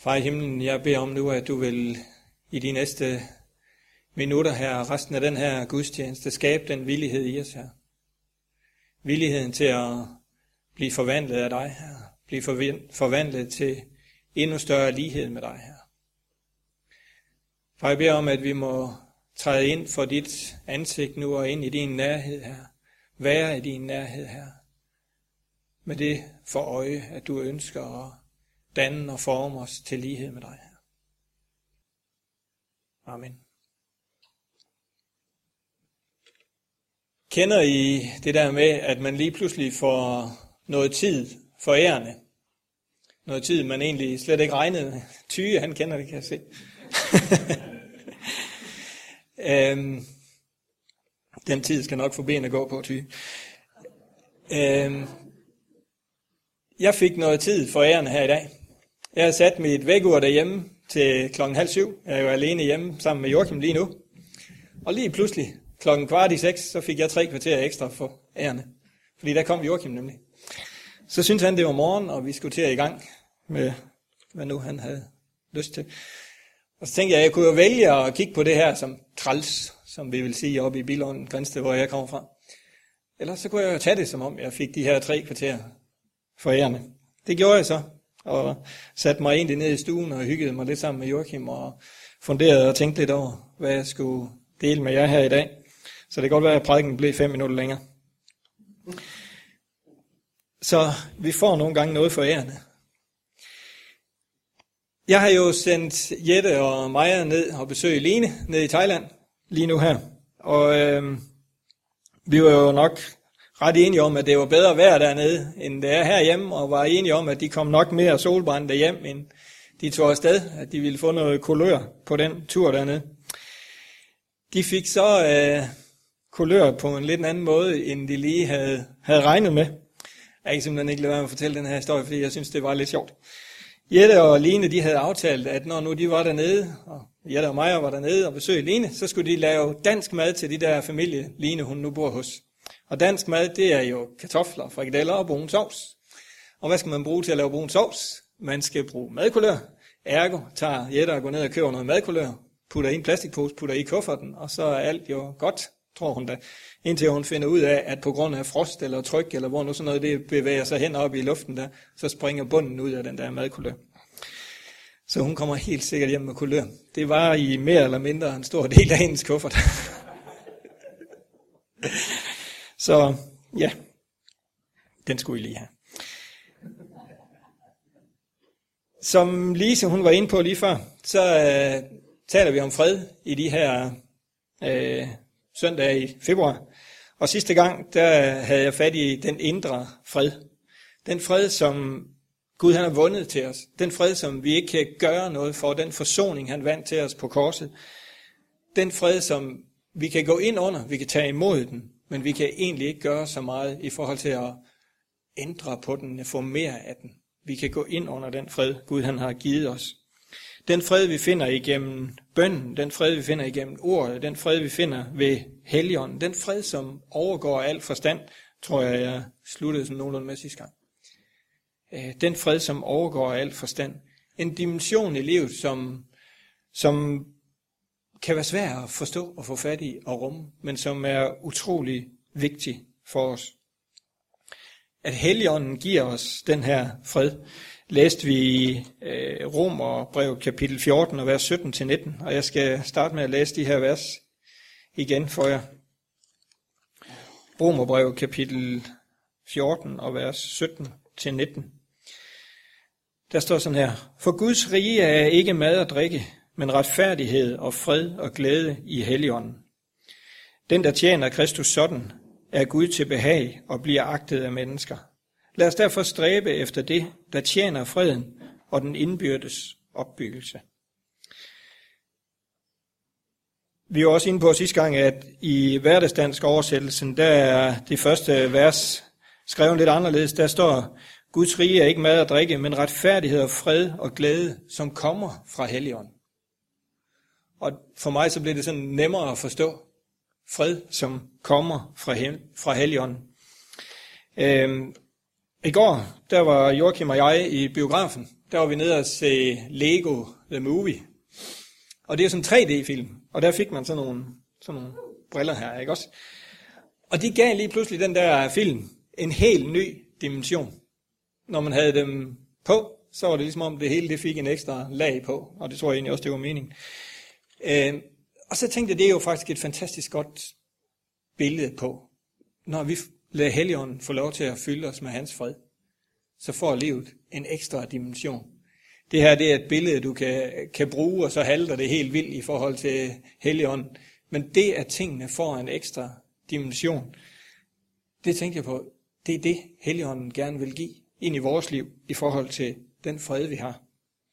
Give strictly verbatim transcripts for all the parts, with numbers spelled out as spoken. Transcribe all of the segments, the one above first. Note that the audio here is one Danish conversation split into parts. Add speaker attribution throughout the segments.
Speaker 1: Far i himlen, jeg beder om nu, at du vil i de næste minutter her, resten af den her gudstjeneste, skabe den villighed i os her. Villigheden til at blive forvandlet af dig her. Blive forvandlet til endnu større lighed med dig her. Far, jeg beder om, at vi må træde ind for dit ansigt nu og ind i din nærhed her. Være i din nærhed her. Med det for øje, at du ønsker at danne og forme os til lighed med dig her. Amen. Kender I det der med, at man lige pludselig får noget tid forærende? Noget tid, man egentlig slet ikke regnede med. Tyge, han kender det, kan jeg se. øhm, den tid skal nok få ben at gå på, Tyge. Øhm, jeg fik noget tid forærende her i dag. Jeg har sat mit vækkeur derhjemme til klokken halv syv. Jeg er jo alene hjemme sammen med Joachim lige nu. Og lige pludselig, klokken kvart i seks, så fik jeg tre kvarter ekstra for ærende. Fordi der kom Joachim nemlig. Så syntes han, det var morgen, og vi skulle til at i gang med, hvad nu han havde lyst til. Og så tænkte jeg, at jeg kunne jo vælge at kigge på det her som træls, som vi vil sige oppe i Billund, Grænsted, hvor jeg kommer fra. Eller så kunne jeg jo tage det, som om jeg fik de her tre kvarter forærende. Det gjorde jeg så, og satte mig egentlig ned i stuen og hyggede mig lidt sammen med Joachim, og funderede og tænkte lidt over, hvad jeg skulle dele med jer her i dag. Så det kan godt være, at prædiken blev fem minutter længere. Så vi får nogle gange noget forærende. Jeg har jo sendt Jette og Maja ned og besøge Line ned i Thailand lige nu her. Og øh, vi var jo nok ret enige om, at det var bedre vejr dernede, end det er herhjemme, og var enige om, at de kom nok mere solbrændte hjem, end de tog afsted, at de ville få noget kulør på den tur dernede. De fik så øh, kulør på en lidt anden måde, end de lige havde, havde regnet med. Jeg kan simpelthen ikke lade være med at fortælle den her historie, fordi jeg synes, det var lidt sjovt. Jette og Line, de havde aftalt, at når nu de var dernede, og Jette og Maja var dernede og besøgte Line, så skulle de lave dansk mad til de der familie, Line hun nu bor hos. Og dansk mad, det er jo kartofler, frikadeller og brun sovs. Og hvad skal man bruge til at lave brun sovs? Man skal bruge madkulør. Ergo tager Jette og går ned og køber noget madkulør, putter i en plastikpose, putter i kufferten, og så er alt jo godt, tror hun da. Indtil hun finder ud af, at på grund af frost eller tryk, eller hvor nu sådan noget det bevæger sig hen op i luften der, så springer bunden ud af den der madkulør. Så hun kommer helt sikkert hjem med kulør. Det var i mere eller mindre en stor del af hendes kuffert. Så ja, den skulle I lige have. Som Lise hun var inde på lige før, så øh, taler vi om fred i de her øh, søndage i februar. Og sidste gang, der havde jeg fat i den indre fred. Den fred, som Gud han har vundet til os. Den fred, som vi ikke kan gøre noget for. Den forsoning, han vandt til os på korset. Den fred, som vi kan gå ind under. Vi kan tage imod den. Men vi kan egentlig ikke gøre så meget i forhold til at ændre på den, få mere af den. Vi kan gå ind under den fred, Gud han har givet os. Den fred, vi finder igennem bønnen, den fred, vi finder igennem ordet, den fred, vi finder ved Helligånden, den fred, som overgår al forstand, tror jeg, jeg sluttede sådan nogenlunde med sidste gang. Den fred, som overgår al forstand. En dimension i livet, som, som kan være svær at forstå og få fat i og rumme, men som er utrolig vigtig for os. At Helligånden giver os den her fred, læste vi i øh, Romerbrevet kapitel fjorten og vers sytten til nitten, og jeg skal starte med at læse de her vers igen for jer. Romerbrevet kapitel fjorten og vers sytten til nitten. Der står sådan her: For Guds rige er ikke mad og drikke, men retfærdighed og fred og glæde i Helligånden. Den, der tjener Kristus sådan, er Gud til behag og bliver agtet af mennesker. Lad os derfor stræbe efter det, der tjener freden og den indbyrdes opbyggelse. Vi var også inde på sidste gang, at i hverdagsdansk oversættelsen, der er det første vers skrevet lidt anderledes. Der står: Guds rige er ikke mad og drikke, men retfærdighed og fred og glæde, som kommer fra Helligånden. Og for mig så bliver det sådan nemmere at forstå. Fred, som kommer fra, fra Helligånden. Øhm, I går, der var Joachim og jeg i biografen der var vi nede og se Lego The Movie. Og det er sådan en tre D-film, og der fik man sådan nogle, sådan nogle briller her, ikke også? Og de gav lige pludselig den der film en helt ny dimension. Når man havde dem på, så var det ligesom om det hele det fik en ekstra lag på, og det tror jeg egentlig også, det var meningen. Øh, og så tænkte jeg, det er jo faktisk et fantastisk godt billede på, når vi lader Helligånden få lov til at fylde os med hans fred, så får livet en ekstra dimension. Det her det er et billede, du kan, kan bruge, og så halter det helt vildt i forhold til Helligånden. Men det, at tingene får en ekstra dimension, det tænkte jeg på, det er det, Helligånden gerne vil give ind i vores liv, i forhold til den fred, vi har.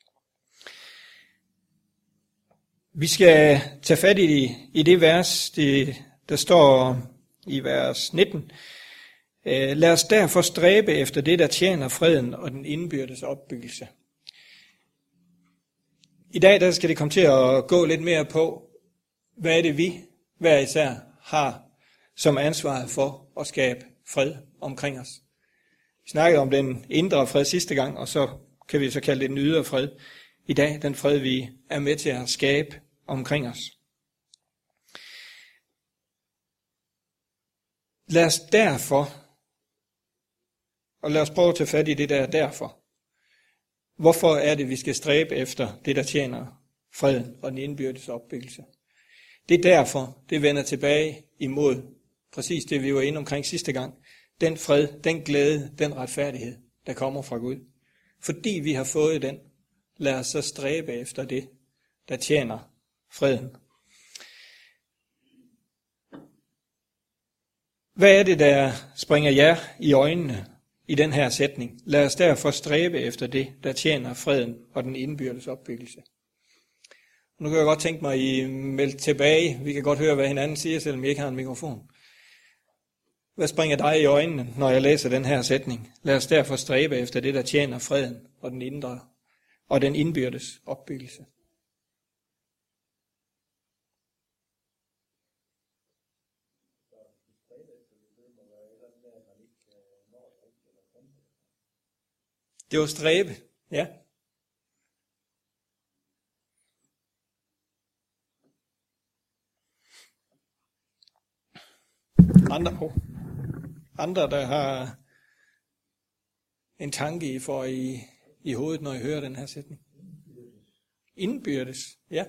Speaker 1: Vi skal tage fat i, i det vers, det, der står i vers nitten. Lad os derfor stræbe efter det, der tjener freden og den indbyrdes opbyggelse. I dag der skal det komme til at gå lidt mere på, hvad er det vi hver især har som ansvaret for at skabe fred omkring os. Vi snakkede om den indre fred sidste gang, og så kan vi så kalde det den ydre fred. I dag den fred, vi er med til at skabe omkring os. Lad os derfor, og lad os prøve at tage fat i det der derfor. Hvorfor er det, vi skal stræbe efter det, der tjener freden og den indbyrdes opbyggelse? Det er derfor, det vender tilbage imod præcis det, vi var inde omkring sidste gang. Den fred, den glæde, den retfærdighed, der kommer fra Gud. Fordi vi har fået den, lad os så stræbe efter det, der tjener freden. Hvad er det, der springer jer i øjnene i den her sætning? Lad os derfor stræbe efter det, der tjener freden og den indbyrdes opbyggelse. Nu kan jeg godt tænke mig, at I melder tilbage. Vi kan godt høre, hvad hinanden siger, selvom I ikke har en mikrofon. Hvad springer dig i øjnene, når jeg læser den her sætning? Lad os derfor stræbe efter det, der tjener freden og den indre og den indbyrdes opbyggelse. Det var stræbe, ja. Andre, oh, andre, der har en tanke, I får i, i hovedet, når I hører den her sætning. Indbyrdes, ja.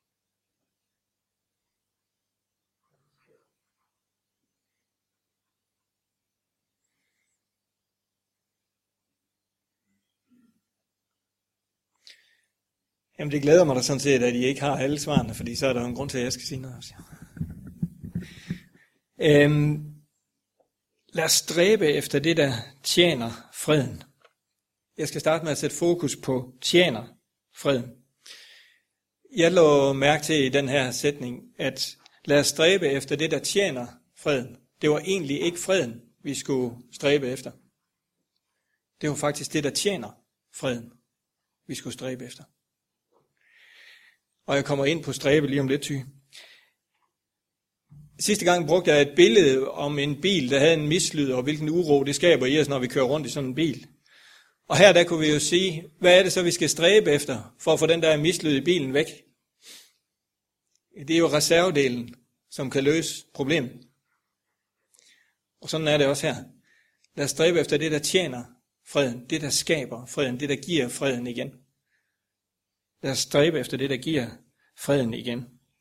Speaker 1: Jamen det glæder mig da sådan set, at I ikke har alle svarene, fordi så er der en grund til, at jeg skal sige noget også. Øhm, lad os stræbe efter det, der tjener freden. Jeg skal starte med at sætte fokus på tjener freden. Jeg lå mærke til i den her sætning, at lad os stræbe efter det, der tjener freden. Det var egentlig ikke freden, vi skulle stræbe efter. Det var faktisk det, der tjener freden, vi skulle stræbe efter. Og jeg kommer ind på stræbe lige om lidt, ty. Sidste gang brugte jeg et billede om en bil, der havde en mislyd, og hvilken uro det skaber i os, når vi kører rundt i sådan en bil. Og her der kunne vi jo sige, hvad er det så, vi skal stræbe efter, for at få den der mislyd i bilen væk? Det er jo reservedelen, som kan løse problemet. Og sådan er det også her. Lad os stræbe efter det, der tjener freden, det der skaber freden, det der giver freden igen. Lad os stræbe efter det, der giver freden igen.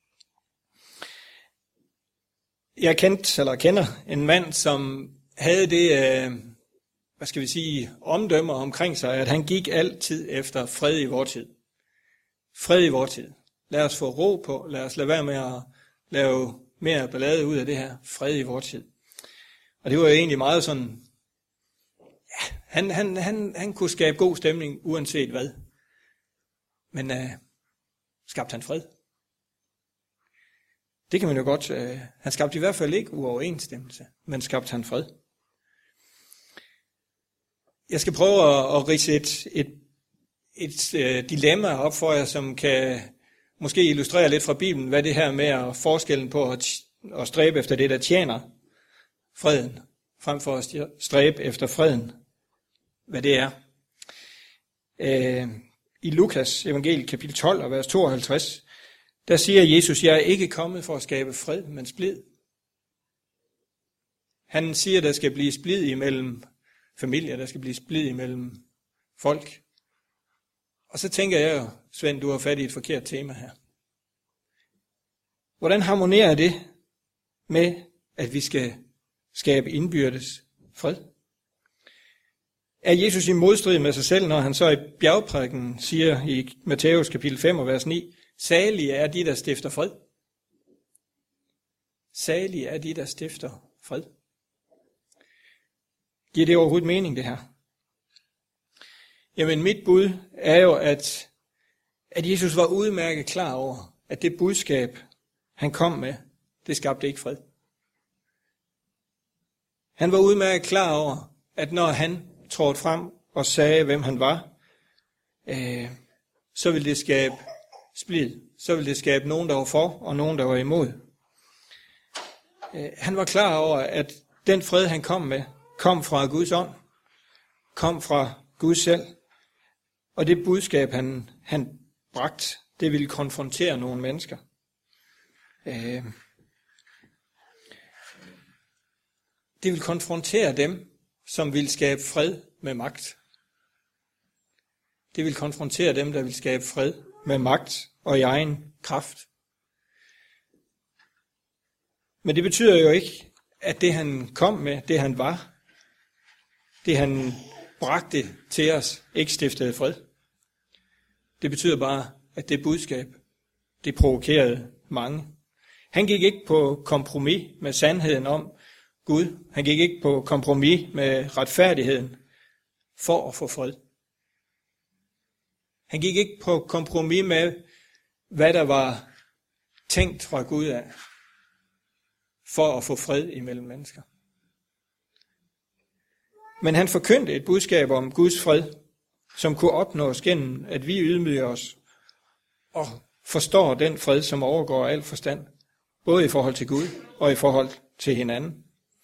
Speaker 1: Jeg kendte, eller kender en mand, som havde det, hvad skal vi sige, omdømmer omkring sig, at han gik altid efter fred i vor tid. Fred i vor tid. Lad os få ro på, lad os lade være med at lave mere ballade ud af det her. Fred i vor tid. Og det var jo egentlig meget sådan, ja, han, han, han, han kunne skabe god stemning uanset hvad. Men øh, skabte han fred? Det kan man jo godt. Øh, han skabte i hvert fald ikke uoverensstemmelse, men skabte han fred. Jeg skal prøve at, at ridse et, et, et, et dilemma op for jer, som kan måske illustrere lidt fra Bibelen, hvad det her med at forskellen på at, at stræbe efter det, der tjener freden, frem for at stræbe efter freden, hvad det er. Øh, i Lukas evangeliet kapitel tolv og vers tooghalvtreds, der siger Jesus, jeg er ikke kommet for at skabe fred, men splid. Han siger, der skal blive splid imellem familier, der skal blive splid imellem folk. Og så tænker jeg jo, Svend, du har fat i et forkert tema her. Hvordan harmonerer det med, at vi skal skabe indbyrdes fred? Er Jesus i modstrid med sig selv, når han så i bjergprædiken siger i Matthæus kapitel fem og vers ni, salige er de, der stifter fred. Salige er de, der stifter fred. Giver det overhovedet mening, det her? Jamen, mit bud er jo, at, at Jesus var udmærket klar over, at det budskab, han kom med, det skabte ikke fred. Han var udmærket klar over, at når han trådte frem og sagde, hvem han var, øh, så ville det skabe splid. Så ville det skabe nogen, der var for, og nogen, der var imod. Øh, han var klar over, at den fred, han kom med, kom fra Guds ånd, kom fra Gud selv, og det budskab, han, han bragt, det ville konfrontere nogle mennesker. Øh, det ville konfrontere dem, som vil skabe fred med magt. Det vil konfrontere dem, der vil skabe fred med magt og i egen kraft. Men det betyder jo ikke, at det han kom med, det han var, det han bragte til os, ikke stiftede fred. Det betyder bare, at det budskab, det provokerede mange. Han gik ikke på kompromis med sandheden om Gud. Han gik ikke på kompromis med retfærdigheden for at få fred. Han gik ikke på kompromis med, hvad der var tænkt fra Gud af, for at få fred imellem mennesker. Men han forkyndte et budskab om Guds fred, som kunne opnås gennem, at vi ydmyger os og forstår den fred, som overgår al forstand, både i forhold til Gud og i forhold til hinanden.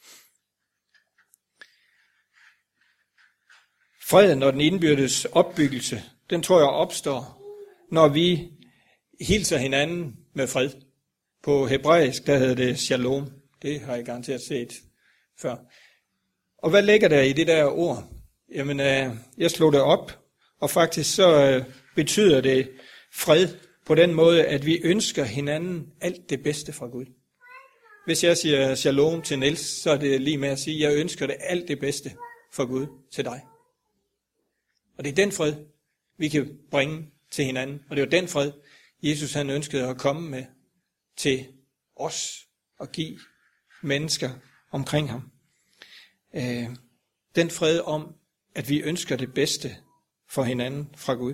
Speaker 1: Freden og den indbyrdes opbyggelse, den tror jeg opstår, når vi hilser hinanden med fred. På hebraisk, der hedder det shalom. Det har jeg garanteret set før. Og hvad ligger der i det der ord? Jamen, jeg slog det op, og faktisk så betyder det fred på den måde, at vi ønsker hinanden alt det bedste fra Gud. Hvis jeg siger shalom til Niels, så er det lige med at sige, at jeg ønsker det alt det bedste fra Gud til dig. Og det er den fred, vi kan bringe til hinanden. Og det er den fred, Jesus han ønskede at komme med til os og give mennesker omkring ham. Øh, den fred om, at vi ønsker det bedste for hinanden fra Gud.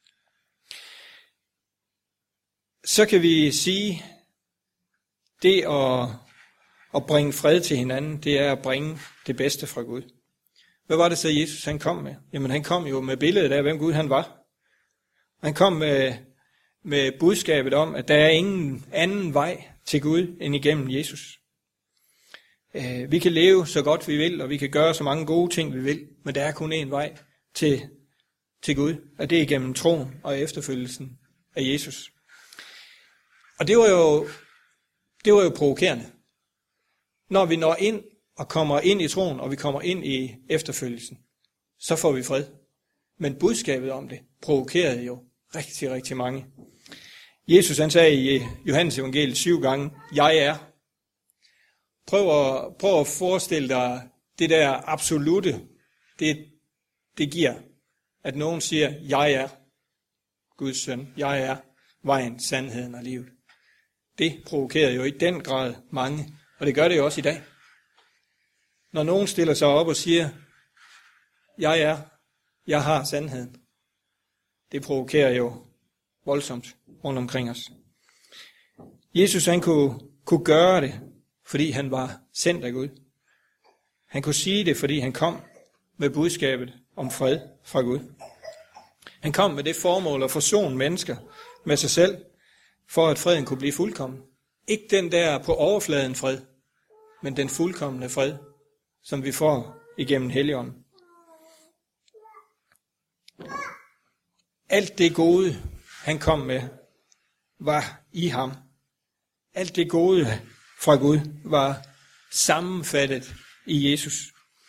Speaker 1: Så kan vi sige, det at, at bringe fred til hinanden, det er at bringe det bedste fra Gud. Hvad var det så Jesus han kom med? Jamen han kom jo med billedet af, hvem Gud han var. Han kom med, med budskabet om, at der er ingen anden vej til Gud end igennem Jesus. Vi kan leve så godt vi vil, og vi kan gøre så mange gode ting vi vil, men der er kun én vej til, til Gud, og det er igennem troen og efterfølgelsen af Jesus. Og det var jo, det var jo provokerende. Når vi når ind og kommer ind i troen, og vi kommer ind i efterfølgelsen, så får vi fred. Men budskabet om det provokerede jo rigtig, rigtig mange. Jesus han sagde i Johannes evangeliet syv gange, jeg er. Prøv at, prøv at forestille dig det der absolute, det, det giver, at nogen siger, jeg er Guds søn, jeg er vejen, sandheden og livet. Det provokerede jo i den grad mange, og det gør det jo også i dag. Når nogen stiller sig op og siger, jeg er, jeg har sandheden, det provokerer jo voldsomt rundt omkring os. Jesus han kunne, kunne gøre det, fordi han var sendt af Gud. Han kunne sige det, fordi han kom med budskabet om fred fra Gud. Han kom med det formål at forsone mennesker med sig selv, for at freden kunne blive fuldkommen. Ikke den der på overfladen fred, men den fuldkommende fred, som vi får igennem Helligånden. alt det gode, han kom med, var i ham. Alt det gode fra Gud var sammenfattet i Jesus.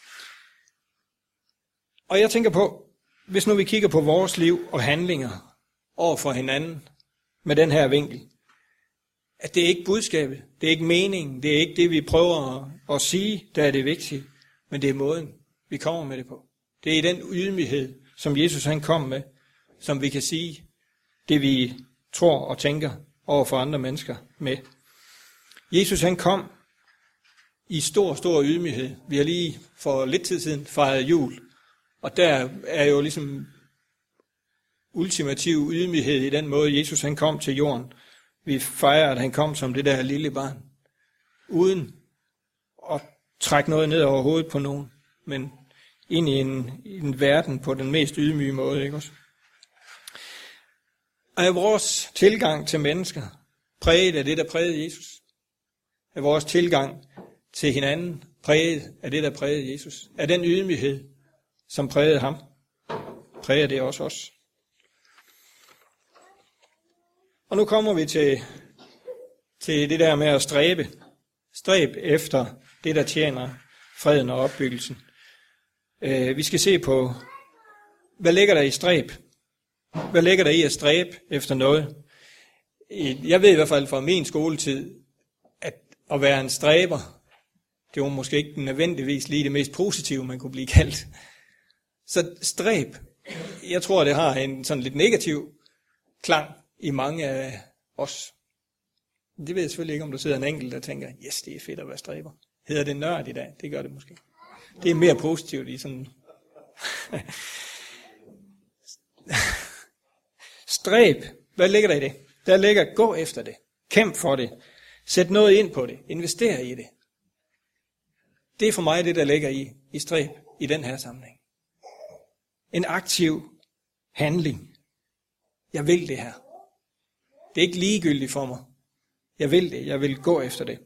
Speaker 1: Og jeg tænker på, hvis nu vi kigger på vores liv og handlinger over for hinanden med den her vinkel, at det er ikke budskabet, det er ikke meningen, det er ikke det, vi prøver at, at sige, der er det vigtige, men det er måden, vi kommer med det på. Det er i den ydmyghed, som Jesus han kom med, som vi kan sige det, vi tror og tænker over for andre mennesker med. Jesus han kom i stor, stor ydmyghed. Vi har lige for lidt tid siden fejret jul, og der er jo ligesom ultimativ ydmyghed i den måde, Jesus han kom til jorden. Vi fejrer, at han kom som det der lille barn, uden at trække noget ned over hovedet på nogen, men ind i en, i en verden på den mest ydmyge måde, ikke også? Og er vores tilgang til mennesker præget af det, der prægede Jesus? Er vores tilgang til hinanden præget af det, der prægede Jesus? Er den ydmyghed, som prægede ham, præger det også os? Og nu kommer vi til, til det der med at stræbe. Stræb efter det, der tjener freden og opbyggelsen. Øh, vi skal se på, hvad ligger der i stræb? Hvad ligger der i at stræbe efter noget? Jeg ved i hvert fald fra min skoletid, at at være en stræber, det var måske ikke nødvendigvis lige det mest positive, man kunne blive kaldt. Så stræb, jeg tror, det har en sådan lidt negativ klang i mange af os. Det ved jeg selvfølgelig ikke, om der sidder en enkelt, der tænker, yes, det er fedt at være stræber. Hedder det nørd i dag? Det gør det måske. Det er mere positivt i sådan... Stræb, hvad ligger der i det? Der ligger, gå efter det. Kæmp for det. Sæt noget ind på det. Invester i det. Det er for mig det, der ligger i, i stræb i den her sammenhæng. En aktiv handling. Jeg vil det her. Det er ikke ligegyldigt for mig. Jeg vil det. Jeg vil gå efter det.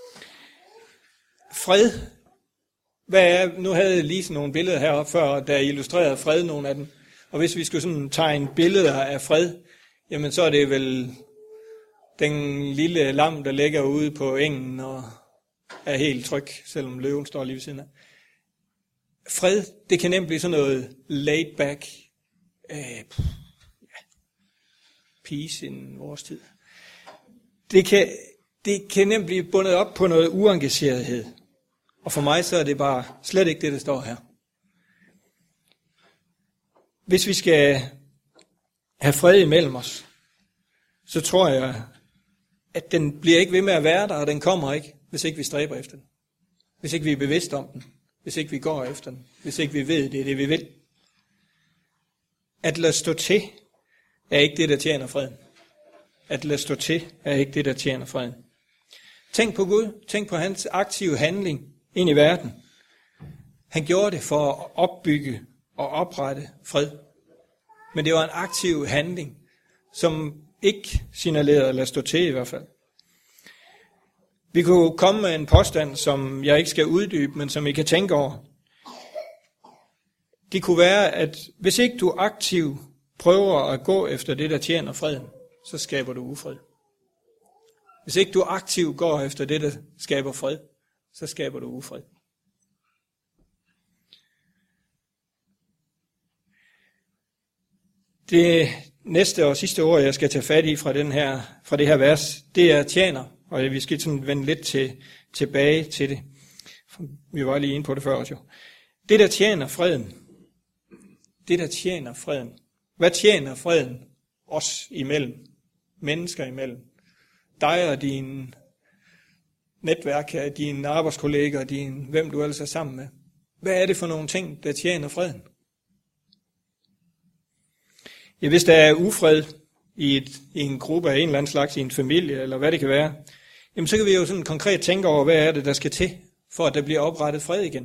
Speaker 1: Fred. Hvad er, nu havde jeg lige sådan nogle billeder heroppe før, der illustrerede fred, nogle af dem. Og hvis vi skulle sådan tegne billeder af fred, jamen så er det vel den lille lam, der ligger ude på engen og er helt tryg, selvom løven står lige ved siden af. Fred, det kan nemt blive sådan noget laid back, øh, ja, peace i vores tid. Det kan, det kan nemt blive bundet op på noget uengagerethed. Og for mig så er det bare slet ikke det, der står her. Hvis vi skal have fred imellem os, så tror jeg, at den bliver ikke ved med at være der, og den kommer ikke, hvis ikke vi stræber efter den. Hvis ikke vi er bevidste om den. Hvis ikke vi går efter den. Hvis ikke vi ved, det er det, vi vil. At lade stå til, er ikke det, der tjener freden. At lade stå til, er ikke det, der tjener freden. Tænk på Gud. Tænk på hans aktive handling ind i verden. Han gjorde det for at opbygge og oprette fred. Men det var en aktiv handling, som ikke signalerede at lade stå til i hvert fald. Vi kunne komme med en påstand, som jeg ikke skal uddybe, men som I kan tænke over. Det kunne være, at hvis ikke du aktivt prøver at gå efter det, der tjener freden, så skaber du ufred. Hvis ikke du aktivt går efter det, der skaber fred, så skaber du ufred. Det næste og sidste ord, jeg skal tage fat i fra, den her, fra det her vers, det er tjener. Og vi skal sådan vende lidt til, tilbage til det. Vi var lige inde på det før også jo. Det, der tjener freden. Det, der tjener freden. Hvad tjener freden os imellem? Mennesker imellem. Dig og din netværk, dine arbejdskolleger, din, hvem du ellers er sammen med. Hvad er det for nogle ting, der tjener freden? Ja, hvis der er ufred i, et, i en gruppe af en eller anden slags, i en familie, eller hvad det kan være, jamen så kan vi jo sådan konkret tænke over, hvad er det, der skal til, for at der bliver oprettet fred igen.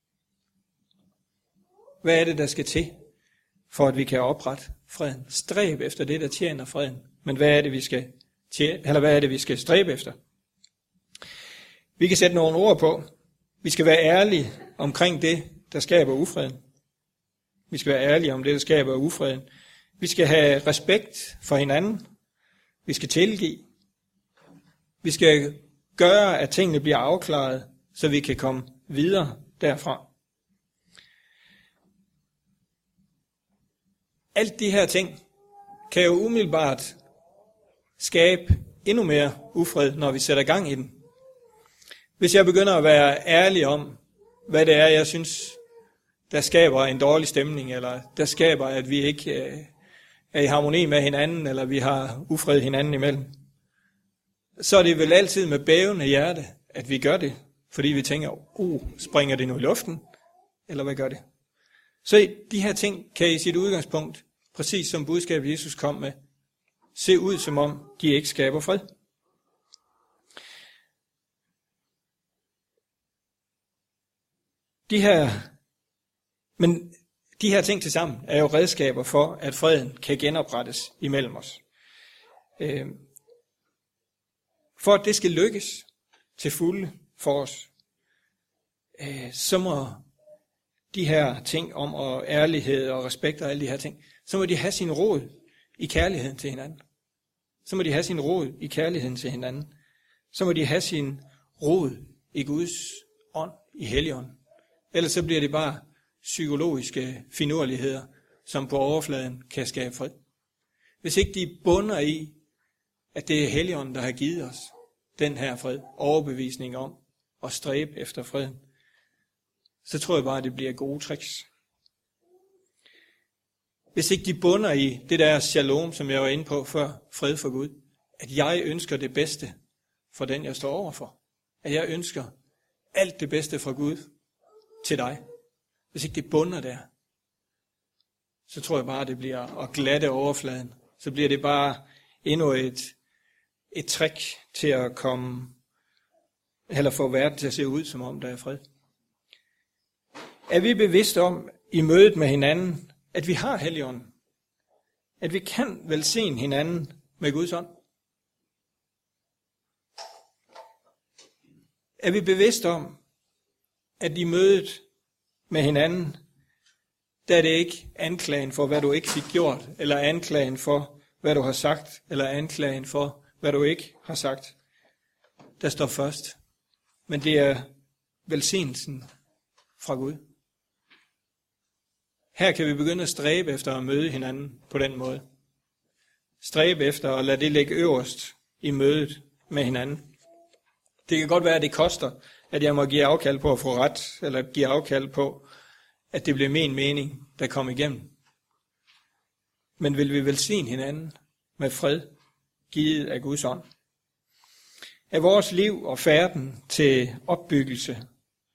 Speaker 1: Hvad er det, der skal til, for at vi kan oprette freden? Stræb efter det, der tjener freden. Men hvad er det, vi skal, tjene, eller hvad er det, vi skal stræbe efter? Vi kan sætte nogle ord på. Vi skal være ærlige omkring det, der skaber ufreden. Vi skal være ærlige om det, der skaber ufreden. Vi skal have respekt for hinanden. Vi skal tilgive. Vi skal gøre, at tingene bliver afklaret, så vi kan komme videre derfra. Alt de her ting kan jo umiddelbart skabe endnu mere ufred, når vi sætter gang i den. Hvis jeg begynder at være ærlig om, hvad det er, jeg synes, der skaber en dårlig stemning, eller der skaber, at vi ikke er i harmoni med hinanden, eller vi har ufred hinanden imellem, så er det vel altid med bævende hjerte, at vi gør det, fordi vi tænker, uh, springer det nu i luften, eller hvad gør det? Så de her ting kan i sit udgangspunkt, præcis som budskabet Jesus kom med, se ud som om de ikke skaber fred. De her, men de her ting til sammen er jo redskaber for, at freden kan genoprettes imellem os. For at det skal lykkes til fulde for os, så må de her ting om og ærlighed og respekt og alle de her ting, så må de have sin rod i kærligheden til hinanden. Så må de have sin rod i kærligheden til hinanden. Så må de have sin rod i Guds ånd, i Helligånden. Ellers så bliver det bare psykologiske finurligheder, som på overfladen kan skabe fred. Hvis ikke de bunder i, at det er Helligånden, der har givet os den her fred, overbevisning om at stræbe efter freden, så tror jeg bare, at det bliver gode tricks. Hvis ikke de bunder i det der shalom, som jeg var inde på før, fred for Gud, at jeg ønsker det bedste for den, jeg står overfor. At jeg ønsker alt det bedste fra Gud til dig. Hvis ikke det bunder der, så tror jeg bare, at det bliver at glatte overfladen. Så bliver det bare endnu et, et trick til at komme, eller få verden til at se ud, som om der er fred. Er vi bevidste om i mødet med hinanden, at vi har Helligånden? At vi kan velsigne hinanden med Guds ånd? Er vi bevidste om, at i mødet med hinanden, der er det ikke anklagen for, hvad du ikke fik gjort, eller anklagen for, hvad du har sagt, eller anklagen for, hvad du ikke har sagt, der står først. Men det er velsignelsen fra Gud. Her kan vi begynde at stræbe efter at møde hinanden på den måde. Stræbe efter at lade det ligge øverst i mødet med hinanden. Det kan godt være, at det koster, at jeg må give afkald på at få ret, eller give afkald på, at det bliver min mening, der kommer igennem. Men vil vi velsigne hinanden med fred, givet af Guds ånd? Er vores liv og færden til opbyggelse,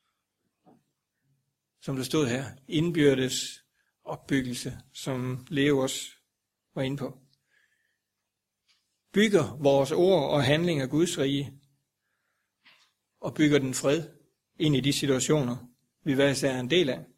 Speaker 1: som der stod her, indbyrdes opbyggelse, som Leo også var inde på, bygger vores ord og handlinger Guds rige, og bygger den fred ind i de situationer, vi hver især er en del af.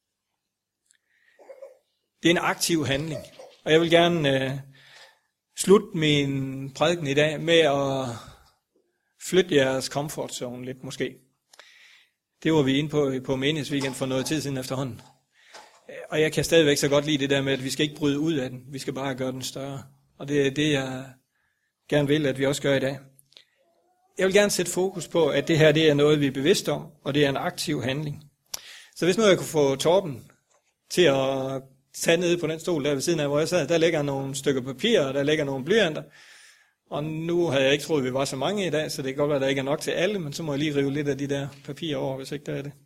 Speaker 1: Det er en aktiv handling, og jeg vil gerne øh, slutte min prædiken i dag med at flytte jeres comfort zone lidt måske. Det var vi inde på på menighedsweekend for noget tid siden efterhånden. Og jeg kan stadigvæk så godt lide det der med, at vi skal ikke bryde ud af den, vi skal bare gøre den større. Og det er det, jeg gerne vil, at vi også gør i dag. Jeg vil gerne sætte fokus på, at det her det er noget, vi er bevidste om, og det er en aktiv handling. Så hvis nu jeg kunne få Torben til at tage ned på den stol der ved siden af, hvor jeg sad, der ligger nogle stykker papir, og der ligger nogle blyanter. Og nu havde jeg ikke troet, at vi var så mange i dag, så det kan godt være, at der ikke er nok til alle, men så må jeg lige rive lidt af de der papirer over, hvis ikke der er det.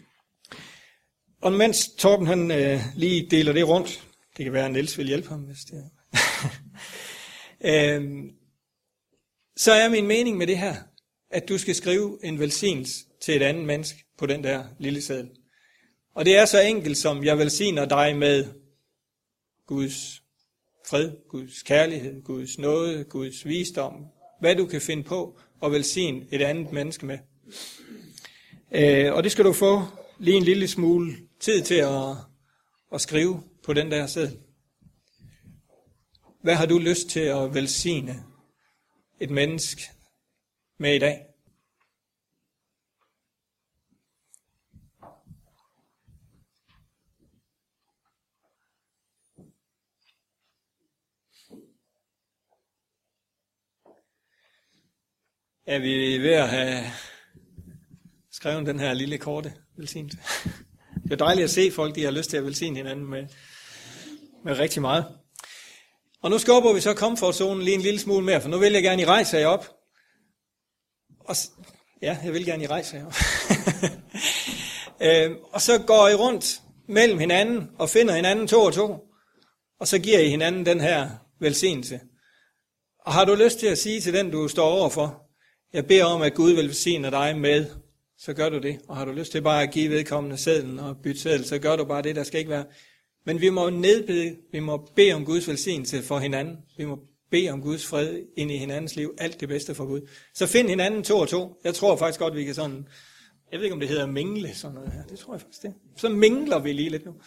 Speaker 1: Og mens Torben han øh, lige deler det rundt, det kan være, at Niels vil hjælpe ham, hvis det er. øhm, så er min mening med det her, at du skal skrive en velsignelse til et andet menneske på den der lille seddel. Og det er så enkelt som, jeg velsigner dig med Guds fred, Guds kærlighed, Guds nåde, Guds visdom, hvad du kan finde på og velsigne et andet menneske med. Øh, og det skal du få lige en lille smule tid til at, at skrive på den der seddel. Hvad har du lyst til at velsigne et menneske med i dag? er vi ved at have skrevet den her lille korte velsignelse. Det er dejligt at se folk, de har lyst til at velsigne hinanden med, med rigtig meget. Og nu skubber vi så komfortzonen lige en lille smule mere, for nu vil jeg gerne I rejse jer op. Og, ja, jeg vil gerne I rejse jer op. øhm, og så går I rundt mellem hinanden og finder hinanden to og to. Og så giver I hinanden den her velsignelse. Og har du lyst til at sige til den, du står overfor, jeg beder om, at Gud vil velsigne dig med, så gør du det. Og har du lyst til bare at give vedkommende sedlen og bytte seddel, så gør du bare det, der skal ikke være. Men vi må nedbede, vi må bede om Guds velsignelse for hinanden. Vi må bede om Guds fred ind i hinandens liv. Alt det bedste for Gud. Så find hinanden to og to. Jeg tror faktisk godt, vi kan sådan, jeg ved ikke, om det hedder mingle, sådan noget her. Det tror jeg faktisk det. Så mingler vi lige lidt nu.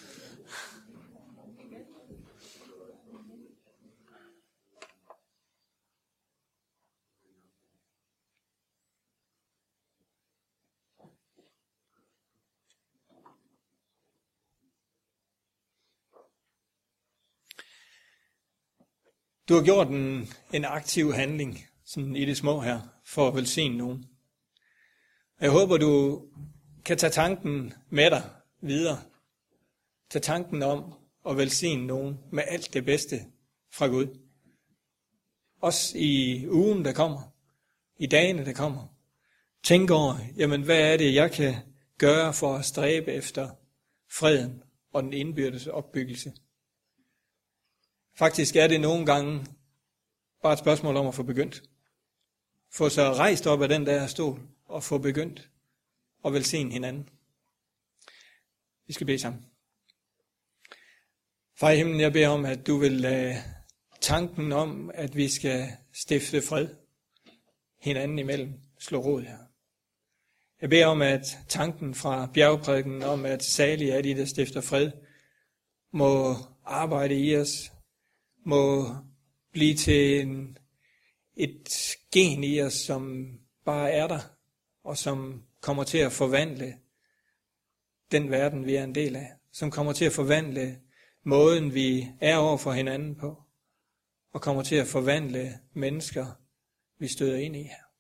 Speaker 1: Du har gjort en, en aktiv handling sådan i det små her, for at velsigne nogen. Jeg håber, du kan tage tanken med dig videre. Tag tanken om at velsigne nogen med alt det bedste fra Gud. Også i ugen, der kommer. I dagene, der kommer. Tænk over, jamen hvad er det, jeg kan gøre for at stræbe efter freden og den indbyrdes opbyggelse. Faktisk er det nogle gange bare et spørgsmål om at få begyndt. Få sig rejst op af den der stol og få begyndt at velsigne hinanden. Vi skal bede sammen. Far i himlen, jeg beder om, at du vil lade tanken om, at vi skal stifte fred hinanden imellem, slå rod her. Jeg beder om, at tanken fra bjergprædiken om, at salige er de, der stifter fred, må arbejde i os, må blive til en, et gen i os, som bare er der, og som kommer til at forvandle den verden, vi er en del af. Som kommer til at forvandle måden, vi er over for hinanden på, og kommer til at forvandle mennesker, vi støder ind i her.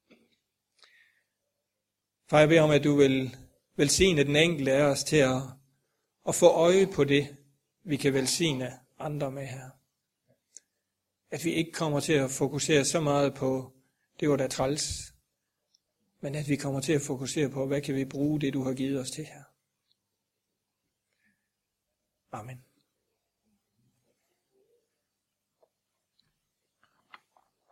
Speaker 1: Far, jeg beder om, at du vil velsigne den enkelte af os til at, at få øje på det, vi kan velsigne andre med her. At vi ikke kommer til at fokusere så meget på, det var da træls, men at vi kommer til at fokusere på, hvad kan vi bruge det, du har givet os til her. Amen.